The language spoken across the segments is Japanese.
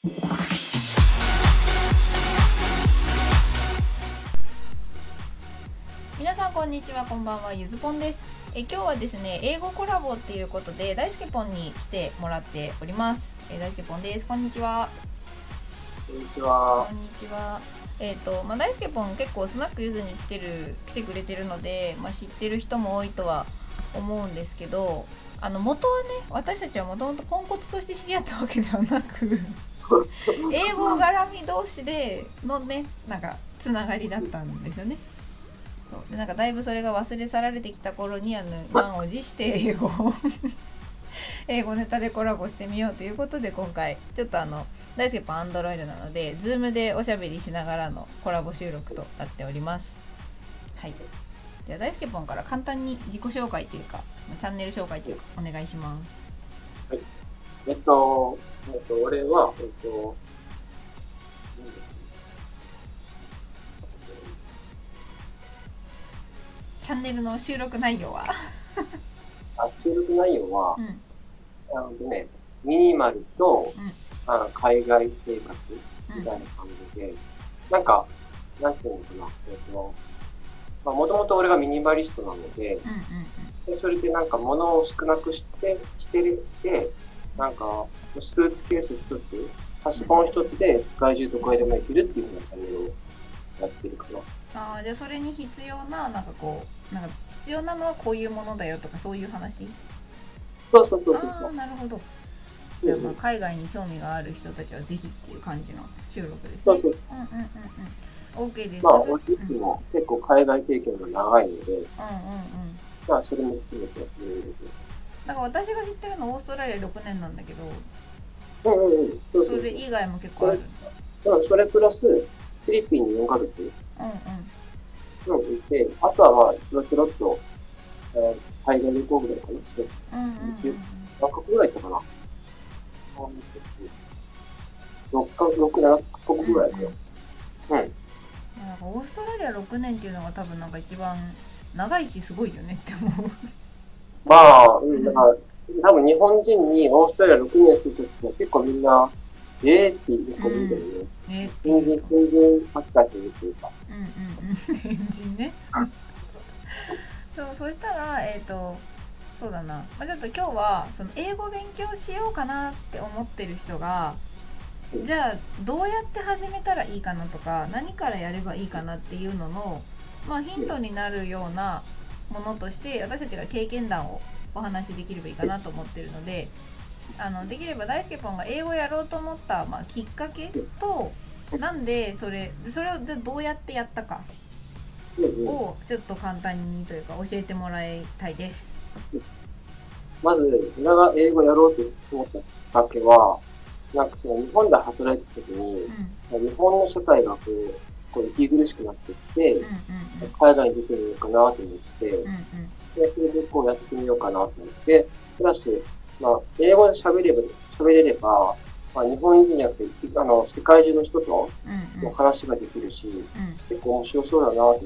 皆さんこんにちは、こんばんは、ゆずぽんです。今日はですね、英語コラボっていうことで大輔ぽんに来てもらっております。大輔ぽんです。こんにちは。 こんにちは。 こんにちは。大輔ぽん結構スナックゆずに来てくれてるので、知ってる人も多いとは思うんですけど、元はね、私たちはもともとポンコツとして知り合ったわけではなく英語絡み同士でのね、つながりだったんですよね。そうで、だいぶそれが忘れ去られてきた頃に満を持して英語ネタでコラボしてみようということで、今回ちょっと大輔パン Android なので Zoom でおしゃべりしながらのコラボ収録となっております。はい、じゃあ大輔ポンから簡単に自己紹介というかチャンネル紹介というかお願いします。 はい。俺は、 チャンネルの収録内容は収録内容は、ミニマルと、海外生活みたいな感じで、なんていうのかな、もともと俺がミニマリストなので、でそれで物を少なくして、スーツケース一つ、パソコン一つで世界中どこへでも行けるっていうようなチャンネルをやってるかな。 じゃあそれに必要な必要なのはこういうものだよとかそういう話。 そう。 なるほど。じゃあ海外に興味がある人たちはぜひっていう感じの収録ですね。OK です。 俺自身も結構海外経験が長いので、それも含めてやってるんですよ。 私が知ってるのオーストラリア6年なんだけど、 それ以外も結構ある。 それプラスフィリピンに4ヶ月いて、あとはちょろっと海外旅行ぐらいかなして、何カ国ぐらい行ったかな、6、7カ国ぐらいかな。 オーストラリア6年っていうのが多分一番長いしすごいよねって思う。 だから多分日本人にオーストラリア6年してる時は結構みんなっていう子見てるね。新人扱いするっていうか。 変人ね。そしたらそうだな。ちょっと今日はその英語勉強しようかなって思ってる人が、じゃあどうやって始めたらいいかなとか、何からやればいいかなっていうののヒントになるようなものとして私たちが経験談をお話しできればいいかなと思ってるので、できれば大輔ポンが英語やろうと思った、きっかけと、なんでそれをどうやってやったかをちょっと簡単にというか教えてもらいたいです。 まず俺が英語やろうと思ったきっかけは、その日本で働いてた時に、日本の社会がこう息苦しくなってきて、海外に出てみようかなと思って、でそれでやってみようかなと思って、プラス英語で喋れれば、日本人じゃなくて世界中の人と話ができるし、結構面白そうだなと思って、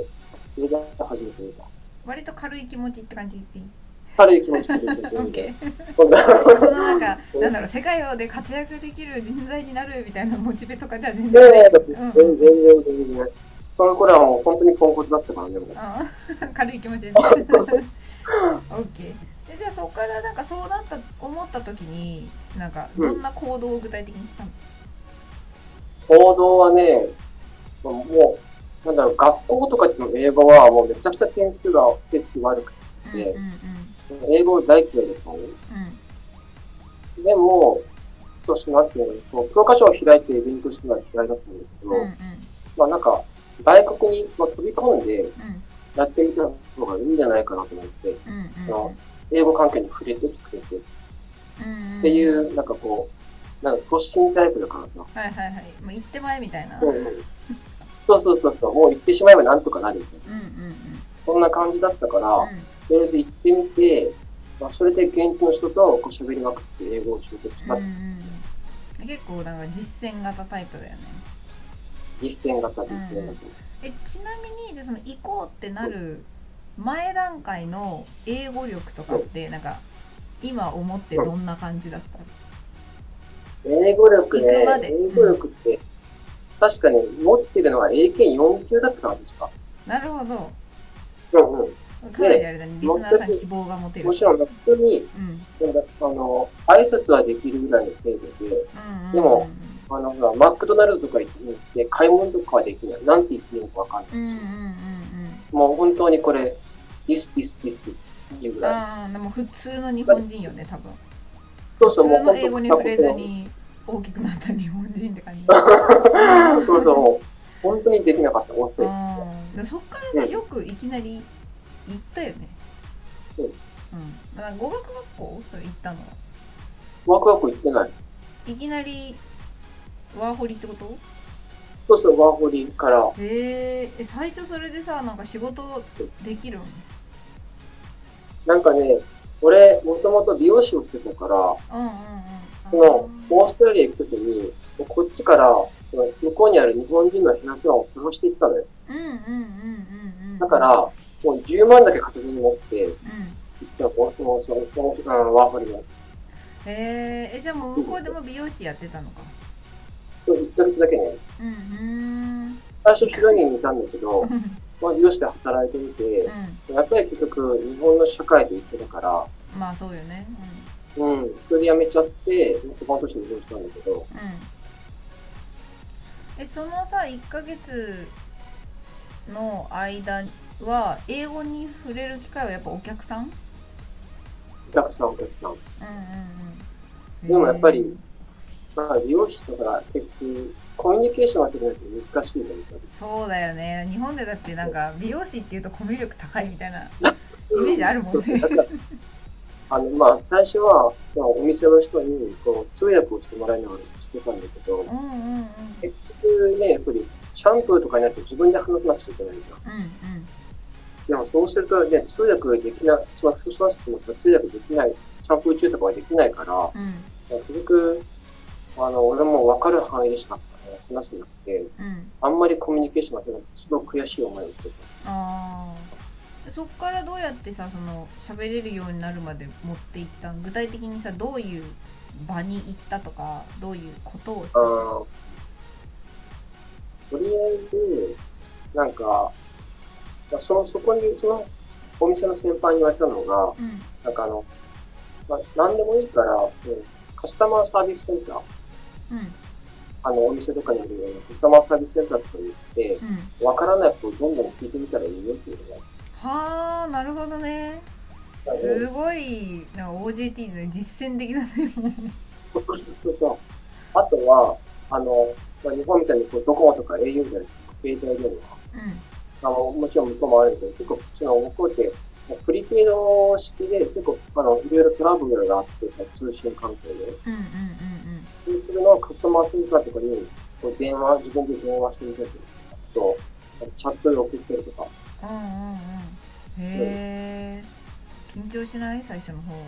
それで始めてみた。 割と軽い気持ちって感じでいい？ 軽い気持ちで OK その世界で活躍できる人材になるみたいなモチベとかじゃ全然全然その頃はもう本当にポンコツだったからね。 軽い気持ちでOK で、じゃあそこからそう思った時にどんな行動を具体的にしたの？ 行動はね、もう学校とかの英語はもうめちゃくちゃ点数が結構悪くて、英語大嫌いだったのね。でも、なんていうの、教科書を開いて勉強するのは嫌いだったんですけど、外国に飛び込んでやってみた方がいいんじゃないかなと思って、英語関係に触れてきてて、っていう、都市タイプだからさ。 もう行ってまえみたいな。 そう、もう行ってしまえばなんとかなるみたいな。そんな感じだったから、とりあえず行ってみて、それで現地の人と喋りまくって英語を習得した。 結構実践型タイプだよね。 実践型。 ちなみにその行こうってなる前段階の英語力とかって今思ってどんな感じだった？ 英語力ね、 行くまで。 英語力って、確かに持ってるのは英検4級だったかな、確か。 なるほど。 うんうん。 かなりあれだね、リスナーさん希望が持てる。 もちろん、普通に、挨拶はできるぐらいの程度で、でも、ほら、マクドナルドとか行って、買い物とかはできない。なんて言っていいのかわかんない。もう本当にこれ、this っていうぐらい。 ああ、でも普通の日本人よね、多分。 そうそう、 普通の英語に触れずに大きくなった日本人って感じ。 そうそう、もう本当にできなかった、遅い。 そっからさ、よくいきなり行ったよね。 そう。 だから語学学校それ行ったのは。 ワークワーク行ってない。 いきなりワーホリってこと？ そうそう、ワーホリから。 最初それでさ、なんか仕事できるの？ なんかね、俺、もともと美容師をしてたから、その、オーストラリア行くときに、こっちから、向こうにある日本人のヘアサロンを探していったのよ。だから、もう10万だけ片手に持って、行ったの、ワーホリの。 じゃあもう向こうでも美容師やってたのか。 そう、1ヶ月だけね。最初シドニーにいたんだけど、美容師で働いてみて、やっぱり結局日本の社会と一緒だから、 まあそうよね。 それで辞めちゃって、そこの年に移動したんだけど。 そのさ、1ヶ月の間は、英語に触れる機会はやっぱお客さん。 でもやっぱり、美容師とか結局、コミュニケーションが取れないと難しいよね。 そうだよね。日本でだってなんか美容師っていうとコミュ力高いみたいなイメージあるもんね。 最初はお店の人に通訳をしてもらいながらしてたんだけど、結局ね、やっぱりシャンプーとかになって自分で話さなくちゃいけないじゃん。でもそうするとね、通訳できない、通訳できない、シャンプー中とかはできないから、結局、俺も分かる範囲でしか話せなくて、あんまりコミュニケーションが取れなくて、すごく悔しい思いをしてた。そっからどうやってさ、喋れるようになるまで持っていったん？具体的にさ、どういう場に行ったとか、どういうことをしたの？ とりあえず、なんか、そこに、そのお店の先輩に言われたのが、なんか何でもいいから、カスタマーサービスセンター、お店とかにあるようなカスタマーサービスセンターとかに行って、わからないことをどんどん聞いてみたらいいよっていうのが。 はあ、なるほどね。すごい、なんか OJT の実践的なね、もう。 そう。あとは、日本みたいにドコモとか au みたいな携帯電話、もちろん向こうもあるんですけど、結構向こうってプリペイド式で結構いろいろトラブルがあって、通信関係で。そうするのをカスタマーセンターとかに自分で電話してみたりとか、チャットで送ったりとか。 緊張しない？最初の方。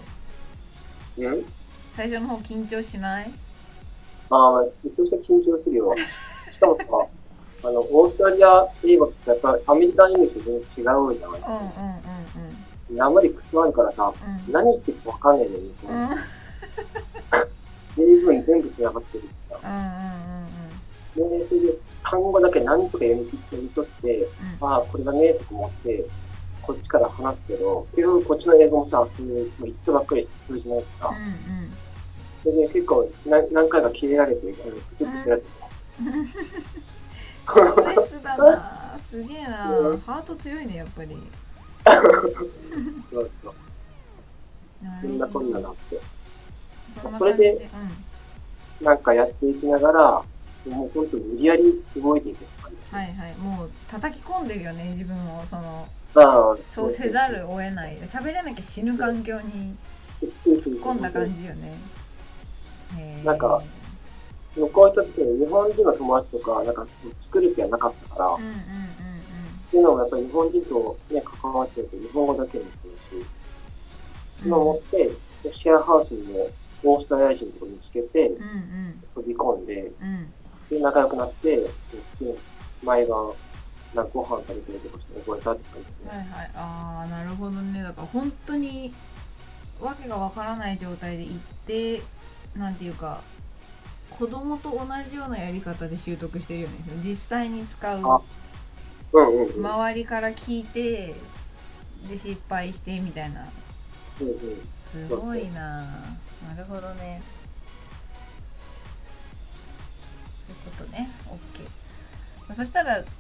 最初の方緊張しない？ めちゃくちゃ緊張するよ。しかもさ、オーストラリア英語ってやっぱアメリカンイメージと全然違うじゃないですか。あまりクソあるからさ、何言ってるかわかんないのにさ、英文全部繋がってるしさ。それで単語だけ何とか読み取って、これがねとか思って、こっちから話すけど、結局こっちの英語もさ、言ってばっかりして通じないから、それで結構何回か切れられて、ずっと切られてた。ストレスだな。すげえな。ハート強いね、やっぱり。 そう。そんなこんななって。それで、なんかやっていきながら、もう本当に無理やり動いていく感じ。 もう叩き込んでるよね、自分を。そうせざるを得ない。喋れなきゃ死ぬ環境に突っ込んだ感じよね。 なんか、こういった時に日本人の友達とか、なんか作る気はなかったから、っていうのもやっぱり日本人とね、関わってると日本語だけにするし、今思って、シェアハウスにもオーストラリア人とか見つけて、飛び込んで、で仲良くなって、毎晩、ご飯食べたりとかして覚えたって感じですね。 なるほどね。だから本当にわけがわからない状態で行って、なんていうか、 子供と同じようなやり方で習得してるよね。実際に使う、周りから聞いてで失敗してみたいな。すごいな。なるほどね。そういうことね。 OK。 そしたら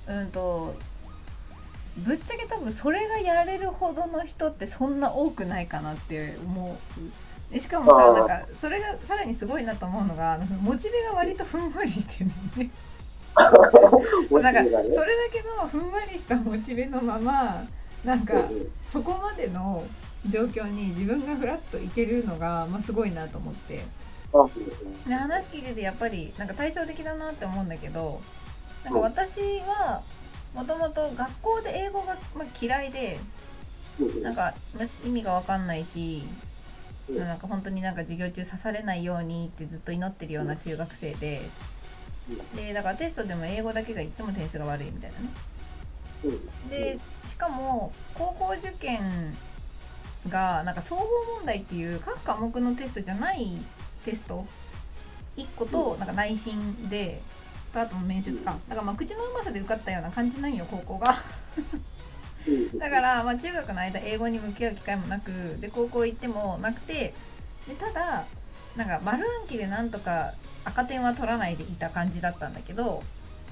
ぶっちゃけ多分それがやれるほどの人ってそんな多くないかなって思う。しかもさ、なんかそれがさらにすごいなと思うのが、モチベが割とふんわりしてるんだよね。なんかそれだけのふんわりしたモチベのまま、なんかそこまでの状況に自分がフラッといけるのが、まあ、すごいなと思って。で、話聞いててやっぱりなんか対照的だなって思うんだけど、なんか私はもともと学校で英語が嫌いで、なんか意味が分かんないし、なんか本当になんか授業中刺されないようにってずっと祈ってるような中学生で、だからテストでも英語だけがいつも点数が悪いみたいなね。でしかも高校受験がなんか総合問題っていう各科目のテストじゃないテスト1個と、なんか内申であと面接か、だからまあ口のうまさで受かったような感じなんよ高校が。だからまあ中学の間英語に向き合う機会もなく、で高校行ってもなくて、でただなんか丸暗記でなんとか赤点は取らないでいた感じだったんだけど、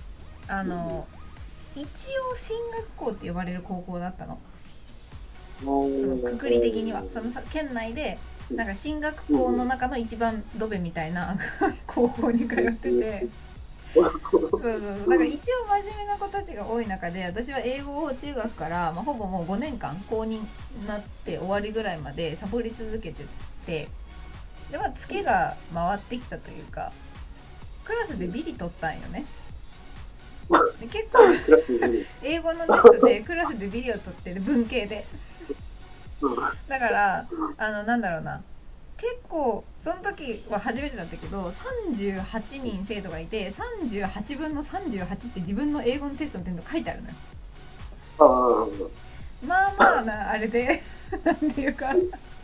一応進学校って呼ばれる高校だったの。そのくくり的にはその県内でなんか進学校の中の一番ドベみたいな高校に通ってて、そうだから一応真面目な子たちが多い中で、私は英語を中学から、ほぼもう5年間高2になって終わりぐらいまでサボり続けてて、でツケが回ってきたというか、クラスでビリ取ったんよね。で結構英語のテストでクラスでビリを取ってる、文系で。だからなんだろうな、結構その時は初めてだったけど、38人生徒がいて38分の38って自分の英語のテストの点数書いてあるのよ。まあまあなあれでなんていうか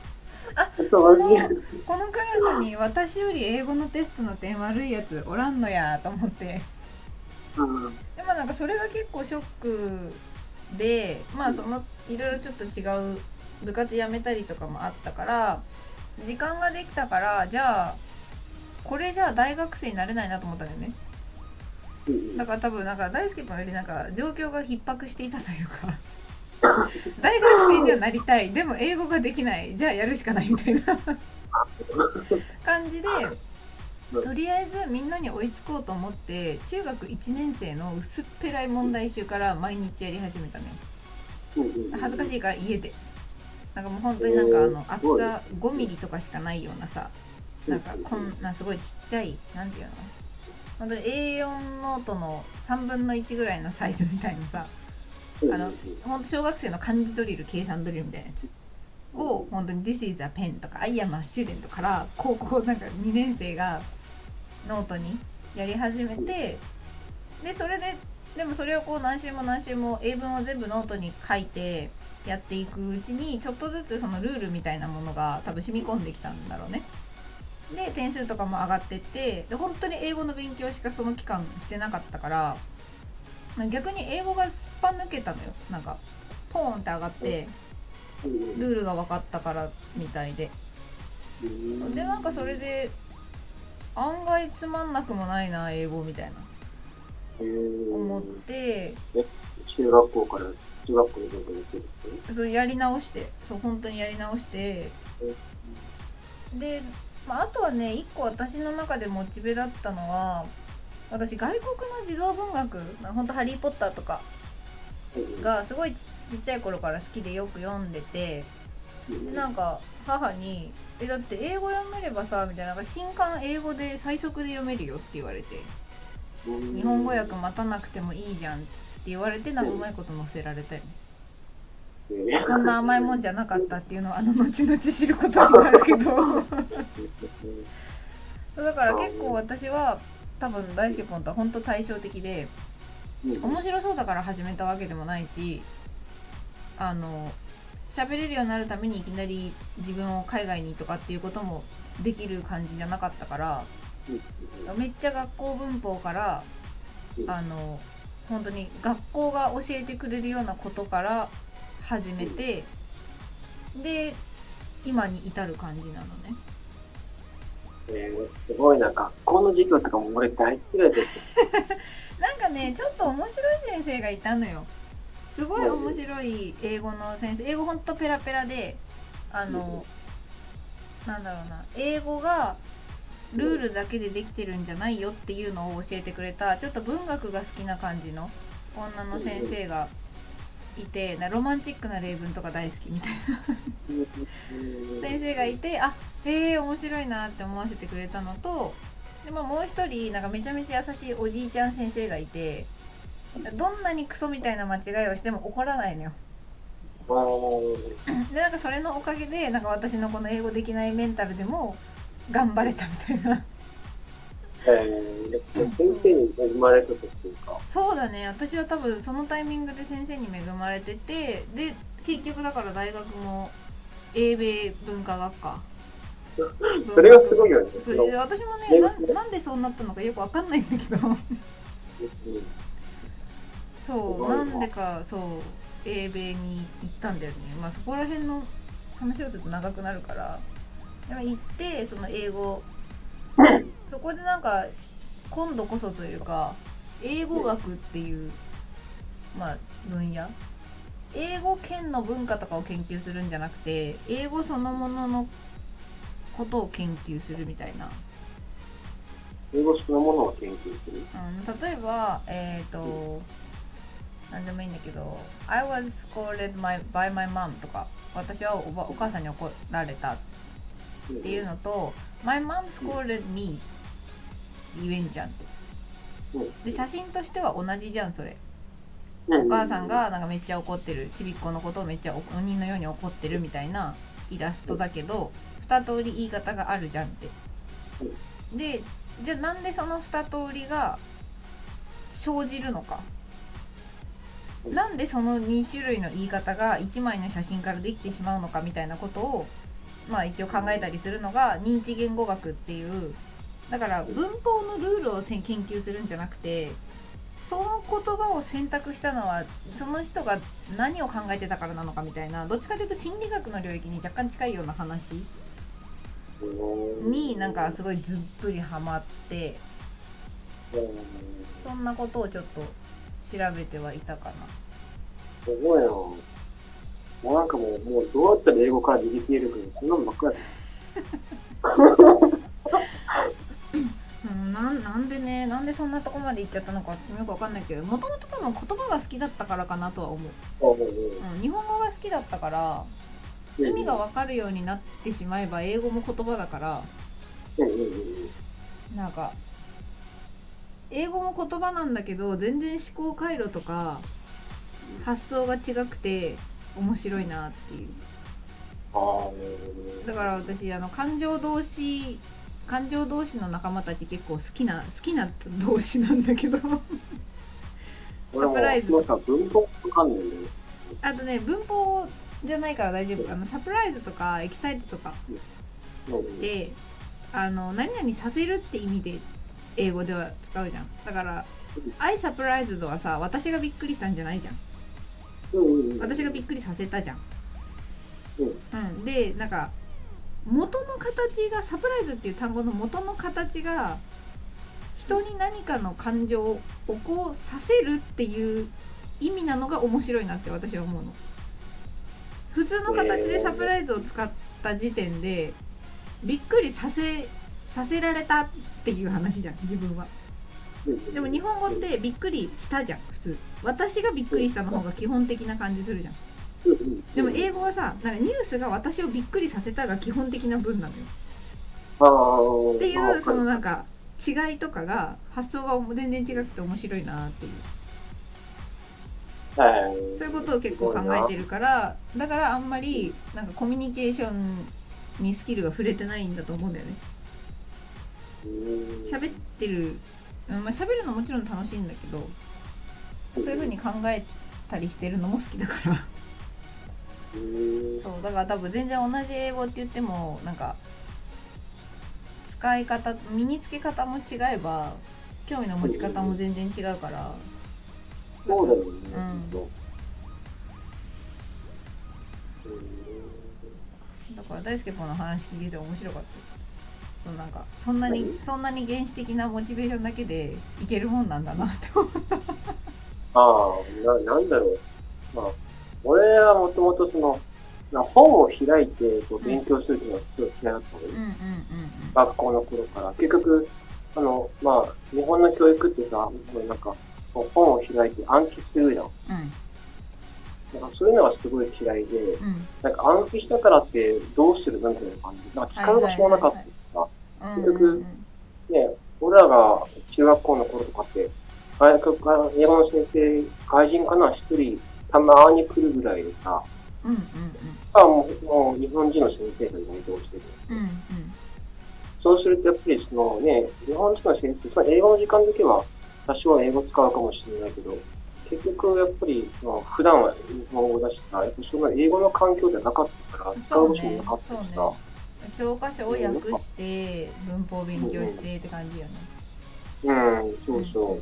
このクラスに私より英語のテストの点悪いやつおらんのやと思って、でもなんかそれが結構ショックで、そのいろいろちょっと違う部活辞めたりとかもあったから時間ができたから、じゃあこれじゃあ大学生になれないなと思ったんだよね。だから多分なんか大輔君よりなんか状況が逼迫していたというか大学生にはなりたい、でも英語ができない、じゃあやるしかないみたいな感じで、とりあえずみんなに追いつこうと思って中学1年生の薄っぺらい問題集から毎日やり始めたのよ。恥ずかしいから家でなんかもう本当になんか厚さ5ミリとかしかないようなさ、なんかこんなすごいちっちゃい、なんていうの、本当に A4 ノートの3分の1ぐらいのサイズみたいなさ、本当小学生の漢字ドリル、計算ドリルみたいなやつを本当に This is a pen とか I am a student から高校なんか2年生がノートにやり始めて、でそれででもそれをこう何週も何週も英文を全部ノートに書いてやっていくうちにちょっとずつそのルールみたいなものが多分染み込んできたんだろうね。で点数とかも上がってって、で本当に英語の勉強しかその期間してなかったから、逆に英語がすっぱ抜けたのよ。なんかポーンって上がってルールが分かったからみたいで、でなんかそれで案外つまんなくもないな英語みたいな思って、 中学校から中学校の勉強に行ってる、 それやり直して、そう本当にやり直して、で、あとはね一個私の中でモチベだったのは、私外国の児童文学、本当ハリーポッターとかがすごいちっちゃい頃から好きでよく読んでて、でなんか母にだって英語読めればさみたいな、なんか新刊英語で最速で読めるよって言われて、日本語訳待たなくてもいいじゃんって言われて、なんかうまいこと載せられたよね。そんな甘いもんじゃなかったっていうのは後々知ることになるけどだから結構私は多分大輔ポンとは本当対照的で、面白そうだから始めたわけでもないし、喋れるようになるためにいきなり自分を海外にとかっていうこともできる感じじゃなかったから、 めっちゃ学校文法から本当に学校が教えてくれるようなことから始めて、で今に至る感じなのね。 すごいな。学校の授業とかも俺大嫌いですなんかねちょっと面白い先生がいたのよ。すごい面白い英語の先生、英語ほんとペラペラでなんだろうな、英語がルールだけでできてるんじゃないよっていうのを教えてくれた、ちょっと文学が好きな感じの女の先生がいて、ロマンチックな例文とか大好きみたいな先生がいて、あ、へえ面白いなって思わせてくれたのと、で、もう一人なんかめちゃめちゃ優しいおじいちゃん先生がいて、どんなにクソみたいな間違いをしても怒らないのよ。でなんかそれのおかげでなんか私のこの英語できないメンタルでも頑張れたみたいな先生に恵まれたっていうか。 そうだね、私は多分そのタイミングで先生に恵まれてて、で結局だから大学も英米文化学科それがすごいよね。 私もねなんでそうなったのかよくわかんないんだけどそうなんでかそう英米に行ったんだよね。まあそこら辺の話をすると長くなるから、でも行ってその英語そこでなんか今度こそというか英語学っていう、まあ、分野、英語圏の文化とかを研究するんじゃなくて英語そのもののことを研究するみたいな。 英語そのものを研究する、 例えばなんでもいいんだけど I was scolded by my mom とか、私はお母さんに怒られたっていうのと、My mom scolded me 言えんじゃんって。で写真としては同じじゃんそれ。お母さんがなんかめっちゃ怒ってる、ちびっこのことをめっちゃ鬼のように怒ってるみたいなイラストだけど、二通り言い方があるじゃんって。でじゃあなんでその二通りが生じるのか、なんでその2種類の言い方が1枚の写真からできてしまうのかみたいなことをまあ一応考えたりするのが認知言語学っていう。だから文法のルールを研究するんじゃなくて、その言葉を選択したのはその人が何を考えてたからなのかみたいな、どっちかというと心理学の領域に若干近いような話になんかすごいずっぷりハマって、そんなことをちょっと調べてはいたかな。 すごいな。もうなんかもうどうやったら英語から逃げているか、そんなのばっかりなんでそんなとこまで行っちゃったのか私もよくわかんないけど、もともと多分言葉が好きだったからかなとは思う。日本語が好きだったから意味がわかるようになってしまえば英語も言葉だから、なんか英語も言葉なんだけど全然思考回路とか発想が違くて面白いなっていう。だから私感情同士の仲間たち結構好きな同士なんだけどサプライズ、 文法わかんないんだよね。 あとね文法じゃないから大丈夫。サプライズとかエキサイトとかで何々させるって意味で英語では使うじゃん。だからI surprisedはさ、私がびっくりしたんじゃないじゃん。私がびっくりさせたじゃん。でなんか元の形がサプライズっていう単語の元の形が人に何かの感情を起こさせるっていう意味なのが面白いなって私は思うの。普通の形でサプライズを使った時点でびっくりさせられたっていう話じゃん自分は。でも日本語ってびっくりしたじゃん普通。私がびっくりしたの方が基本的な感じするじゃん。でも英語はさ、なんかニュースが私をびっくりさせたが基本的な文なのよ。っていうそのなんか違いとかが発想が全然違くて面白いなっていう。そういうことを結構考えてるから、だからあんまりなんかコミュニケーションにスキルが触れてないんだと思うんだよね。喋ってる、喋るのもちろん楽しいんだけど、そういう風に考えたりしてるのも好きだからそうだから多分全然同じ英語って言ってもなんか使い方、身につけ方も違えば興味の持ち方も全然違うから、 そうだよね、 だから大輔君の話聞いてて面白かった。なんかそんなに原始的なモチベーションだけでいけるもんなんだなって思った。 なんだろう。まあ、俺はもともと本を開いてこう勉強するっていうのがすごい嫌いだったので、学校の頃から。結局、まあ、日本の教育ってさ、なんか、本を開いて暗記するじゃん。なんかそういうのがすごい嫌いで、なんか暗記したからってどうするのみたいな感じで、なんか使う場所もなかったから、結局、ね、俺らが中学校の頃とかって、英語の先生、外人かな、一人、たまに来るぐらいでさ、もう日本人の先生が移動してる。そうするとやっぱり日本人の先生、英語の時間だけは多少英語使うかもしれないけど、結局やっぱり普段は日本語だしさ、やっぱその英語の環境ではなかったから、使う場所もなかったしさ。 教科書を訳して文法を勉強してって感じよね。 そうそう。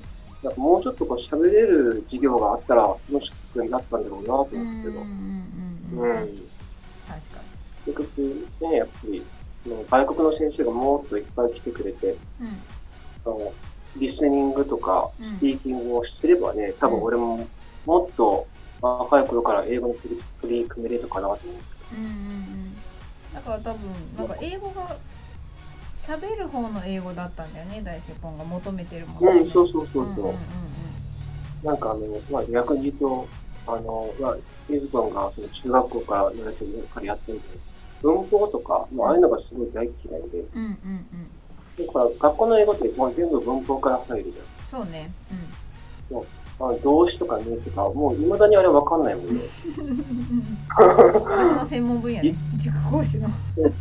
なんかもうちょっとこう喋れる授業があったらもしくはなったんだろうなと思ったけど。確かに。結局ね、やっぱり外国の先生がもっといっぱい来てくれて、リスニングとかスピーキングをすればね、多分俺ももっと若い頃から英語の取り組めれるかなと思って。 だから多分なんか英語が喋る方の英語だったんだよね、大輔ポンが求めてるもの、ね。そう。 なんかまあ、逆に言うとゆずポンが中学校からやってるんで、文法とか、ああいうのがすごい大嫌いで。だから学校の英語ってもう全部文法から入るじゃん。そうね。 動詞とか名詞とか、もう未だにあれわかんないもんね。 私の専門分野ね、塾講師の。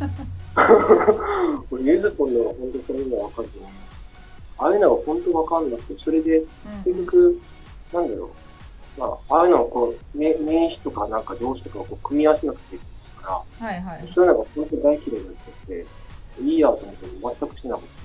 ゆずぽんの本当そういうのわかると思う。ああいうのが本当わかんなくて、それで、結局、なんだろう。まあ、ああいうのをこう、名詞とかなんか動詞とかをこう組み合わせなくていいから、そういうのが本当に大嫌いになっちゃって、いいやと思っても全くしなかった。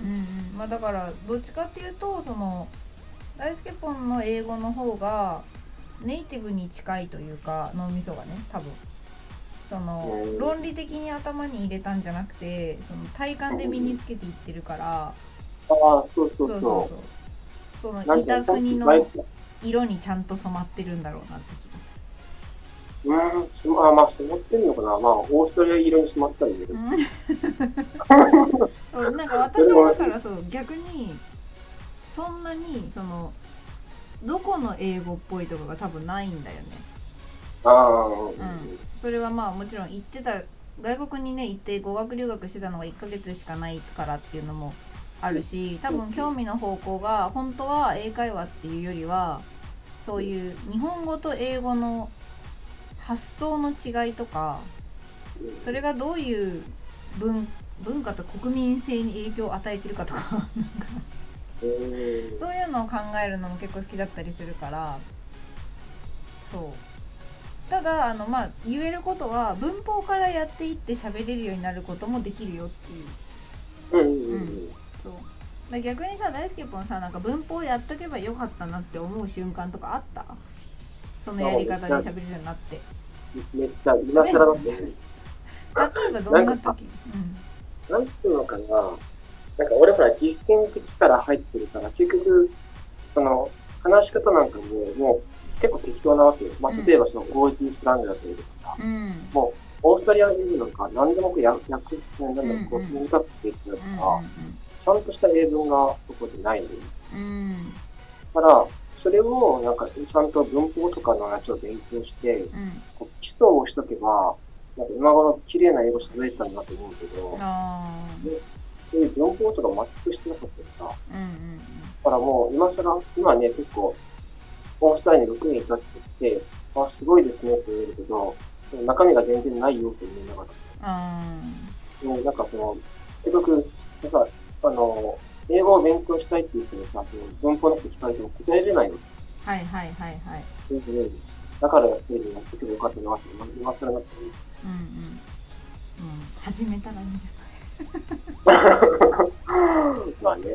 まあだから、どっちかっていうと、大輔ポンの英語の方がネイティブに近いというか、脳みそがね、多分論理的に頭に入れたんじゃなくて、体感で身につけていってるから、 そうそのいた国の色にちゃんと染まってるんだろうなって気がする。 まあ染まってんのかな。まあオーストラリア色に染まったんだけど。 なんか私はだから逆にそんなにどこの英語っぽいとかが多分ないんだよね。それはまあもちろん外国にね行って語学留学してたのが1ヶ月しかないからっていうのもあるし、多分興味の方向が本当は英会話っていうよりはそういう日本語と英語の発想の違いとか、それがどういう文化と国民性に影響を与えてるかとかそういうのを考えるのも結構好きだったりするから。ただまあ言えることは文法からやっていって喋れるようになることもできるよっていう。だ逆にさ、大輔ポンさ、なんか文法やっとけばよかったなって思う瞬間とかあった？そのやり方で喋れるようになって。 めっちゃ今更だって例えばどんな時？ なんていうのかな、なんか俺ほら実践的から入ってるから、結局話し方なんかもう結構適当なわけよ。まあ、例えばOG スラングだったりとかさ、もうオーストラリア英語なんか何でも訳して短くしていくから、ちゃんとした英文がそこでないのよ。だから、それをなんかちゃんと文法とかのやつを勉強して、基礎をしとけば、なんか今頃綺麗な英語喋れたんだと思うけど、そういう文法とか全くしてなかったさ。だからもう今ね、結構、オーストラリアに6人いたって言って、すごいですねって言えるけど、中身が全然ないよって言いながら。なんか結局、なんか、英語を勉強したいって言ってもさ、文法のこと聞かれても答えれないの。だからやってるのやってけばよかったなって、今更なってる。 始めたらいいんじゃない？ まあね。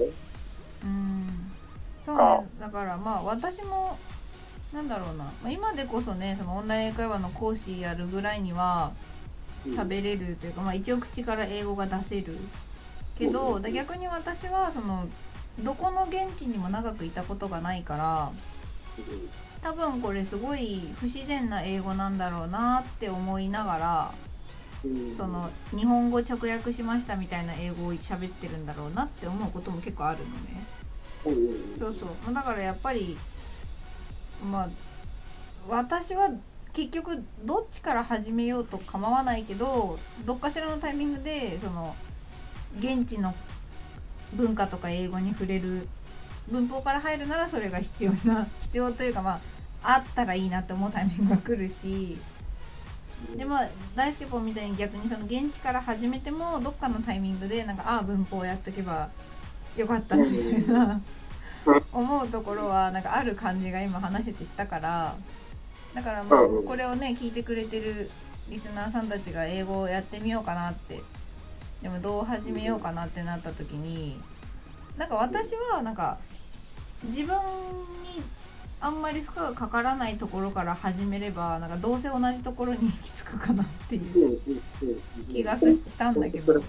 そうね。だからまあ私もなんだろうな、今でこそね、そのオンライン英会話の講師やるぐらいには喋れるというか、まあ一応口から英語が出せるけど、逆に私はそのどこの現地にも長くいたことがないから、多分これすごい不自然な英語なんだろうなって思いながら、その日本語直訳しましたみたいな英語を喋ってるんだろうなって思うことも結構あるのね。そうそう。だからやっぱりまあ私は結局どっちから始めようと構わないけど、どっかしらのタイミングでその現地の文化とか英語に触れる、文法から入るならそれが必要というか、まああったらいいなって思うタイミングが来るし、でまあ大輔ポンみたいに逆にその現地から始めてもどっかのタイミングでなんか文法をやっとけばよかったみたいな思うところはなんかある感じが今話しててしたから、だからまあこれをね聞いてくれてるリスナーさんたちが英語をやってみようかなって、でもどう始めようかなってなった時に、なんか私はなんか自分にあんまり負荷がかからないところから始めれば、なんかどうせ同じところに行き着くかなっていう気がしたんだけど、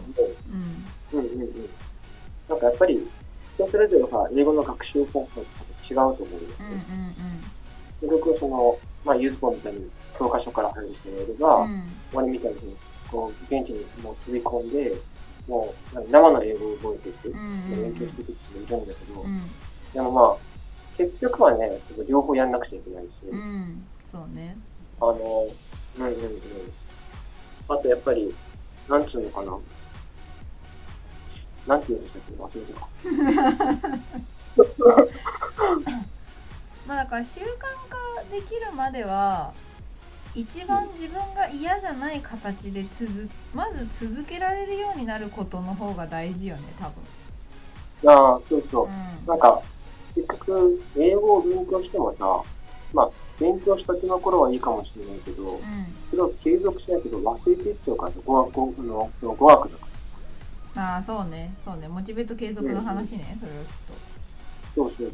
なんかやっぱり人それぞれは英語の学習方法と違うと思うんですよ。結局そのまあユースポンみたいに教科書から入る人もいれば、俺みたいにこう現地にもう飛び込んで、もう生の英語を覚えていく、勉強していく人もいるんだけど、でもまあ結局はね、両方やんなくちゃいけないし、 そうね。 あとやっぱりなんつうのかな、なんて言うんでしたっけ、忘れてた。 まあだから習慣化できるまでは一番自分が嫌じゃない形でまず続けられるようになることの方が大事よね、多分。 そうそう。なんか結局英語を勉強してもさ、まあ勉強したての頃はいいかもしれないけど、それを継続しないけど忘れていっちゃうから、語学だから。 そうね。モチベート継続の話ね、それはきっと。そう。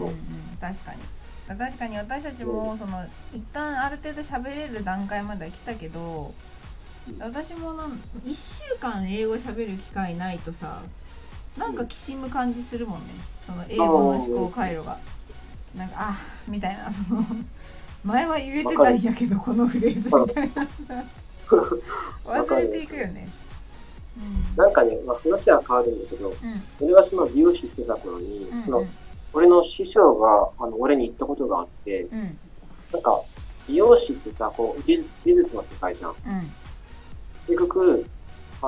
確かに私たちもその一旦ある程度喋れる段階までは来たけど、私も1週間英語喋る機会ないとさ、なんかきしむ感じするもんね、その英語の思考回路が。なんかみたいな、その前は言えてたんやけどこのフレーズみたいな忘れていくよね。 なんかね、話は変わるんだけど、俺がその美容師してた頃に、その俺の師匠が俺に言ったことがあって、なんか美容師ってさ、こう美術の世界じゃん。結局多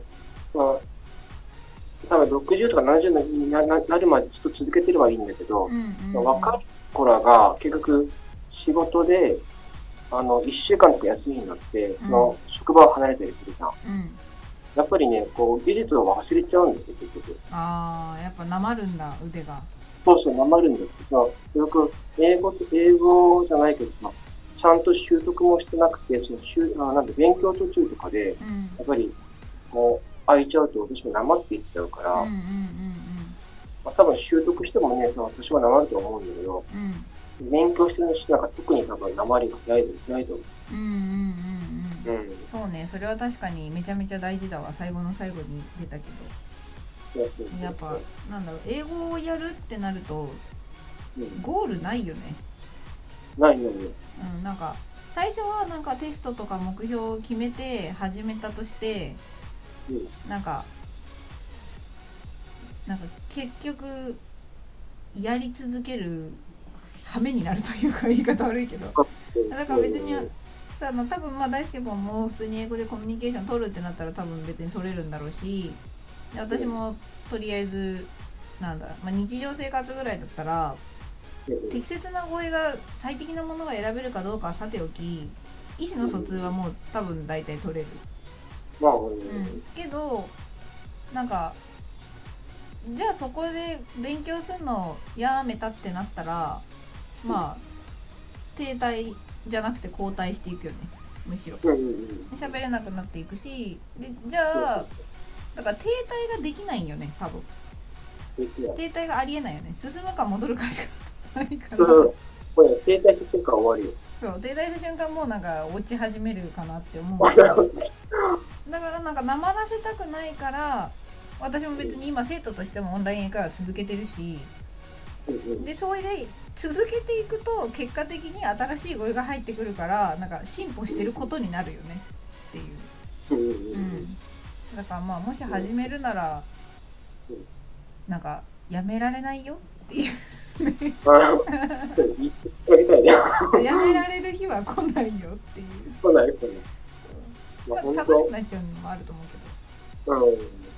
分60とか70になるまでずっと続けてればいいんだけど、若い子らが結局仕事で1週間とか休みになって、その職場を離れたりするじゃん。やっぱりね、こう技術を忘れちゃうんですよ、結局。 やっぱなまるんだ、腕が。 そう、なまるんだけどさ、結局英語じゃないけどさ、ちゃんと習得もしてなくて、勉強途中とかで、やっぱりこう空いちゃうと私もなまっていっちゃうから、多分習得してもね、私はなまると思うんだけど、勉強してる人なんか特に多分なまりがないと思う。 そうね、それは確かにめちゃめちゃ大事だわ。最後の最後に出たけど、やっぱなんだろう、英語をやるってなるとゴールないよね。 ない。 なんか最初はなんかテストとか目標を決めて始めたとして、なんか結局やり続ける羽目になるというか、言い方悪いけど、だから別にさ、多分大輔ポンも普通に英語でコミュニケーション取るってなったら多分別に取れるんだろうし、私もとりあえず日常生活ぐらいだったら適切な語彙が最適なものが選べるかどうかはさておき、意思の疎通はもう多分大体取れる。けどなんかじゃあそこで勉強するのやめたってなったら、停滞じゃなくて後退していくよね、むしろ。喋れなくなっていくし、でじゃあだから停滞ができないんよね多分。 できない。 停滞がありえないよね。進むか戻るかしかないから。 これ停滞した瞬間終わるよ。 そう停滞した瞬間もうなんか落ち始めるかなって思うだからなんかなまらせたくないから、私も別に今生徒としてもオンライン英会話続けてるし、でそれで続けていくと結果的に新しい語彙が入ってくるから、なんか進歩してることになるよねっていう、だからまあもし始めるならなんかやめられないよっていうやめられる日は来ないよっていう。 来ない。 まあ、楽しくなっちゃうのもあると思うけど。こ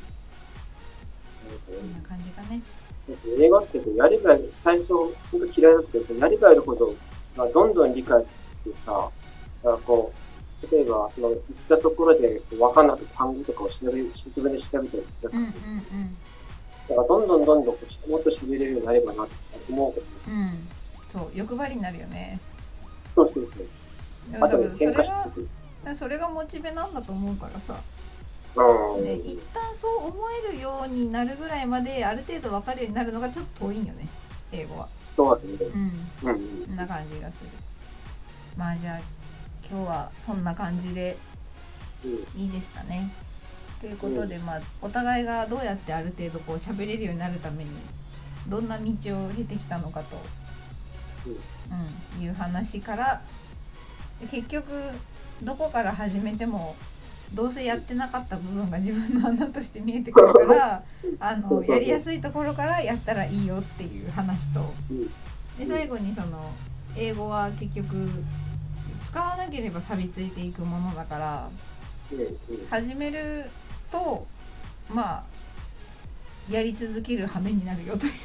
んな感じかね。 映画ってやれば最初本当嫌いだったけど、やればやるほど、どんどん理解してさ、こう例えばその言ったところで分かんなくて単語とかを自分で調べたりしたりとか、だからどんどんもっと喋れるようになればなって思うけど、 そう欲張りになるよね。 そう。あと喧嘩してくる。 それがモチベなんだと思うからさ。で一旦そう思えるようになるぐらいまである程度分かるようになるのがちょっと遠いんよね、英語は。 そうですね。 そんな感じがする。まあじゃあ今日はそんな感じでいいですかね。ということで、まあお互いがどうやってある程度こう喋れるようになるためにどんな道を経てきたのかと、いう話から、結局どこから始めてもどうせやってなかった部分が自分の穴として見えてくるからやりやすいところからやったらいいよっていう話と、で最後にその英語は結局使わなければ錆びついていくものだから、始めるとまあやり続ける羽目になるよという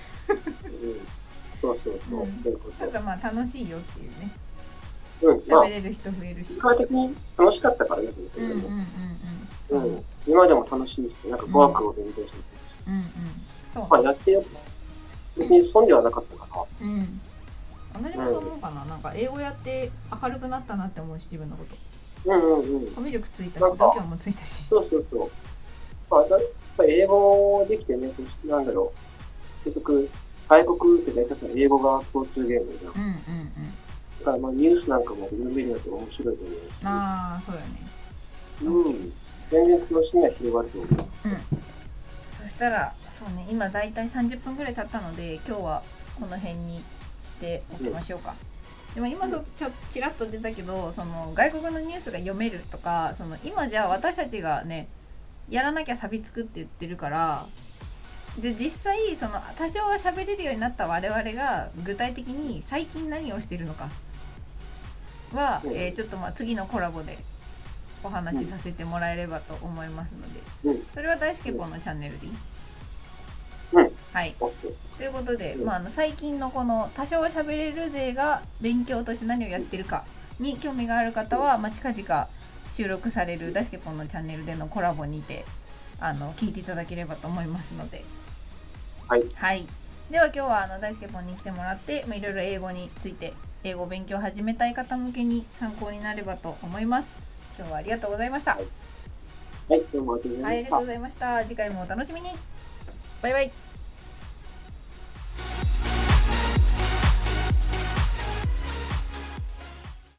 ただまあ楽しいよっていうね。喋れる人増えるし、 結果的に楽しかったからね。今でも楽しいし、なんか語学を勉強してるし、まあやってよ、別に損ではなかったかな。 私もそう思うかな。なんか英語やって明るくなったなって思うし、自分のこと。コミュ力ついたし、度胸もついたし。 まあやっぱり英語できてね、なんだろう、結局外国って大体英語が共通言語じゃん。だからまあニュースなんかも読めるのって面白いと思うし。 そうよね。 全然楽しみが広がると思う。 そしたらそうね、今だいたい30分ぐらい経ったので、今日はこの辺にしておきましょうか。でも今ちらっと出たけど、その外国のニュースが読めるとか、その今じゃあ私たちがねやらなきゃ錆びつくって言ってるから、で実際その多少は喋れるようになった我々が具体的に最近何をしているのかは、ちょっとまあ次のコラボでお話しさせてもらえればと思いますので、それは大輔ポンのチャンネルでいい？はい。ということで、最近のこの多少喋れる勢が勉強として何をやってるかに興味がある方は、近々収録される大輔ポンのチャンネルでのコラボにて聞いていただければと思いますので、はい。では今日は大輔ポンに来てもらって、いろいろ英語について、英語勉強を始めたい方向けに参考になればと思います。今日はありがとうございました。 はい、どうもありがとうございました。 ありがとうございました。次回もお楽しみに。バイバイ。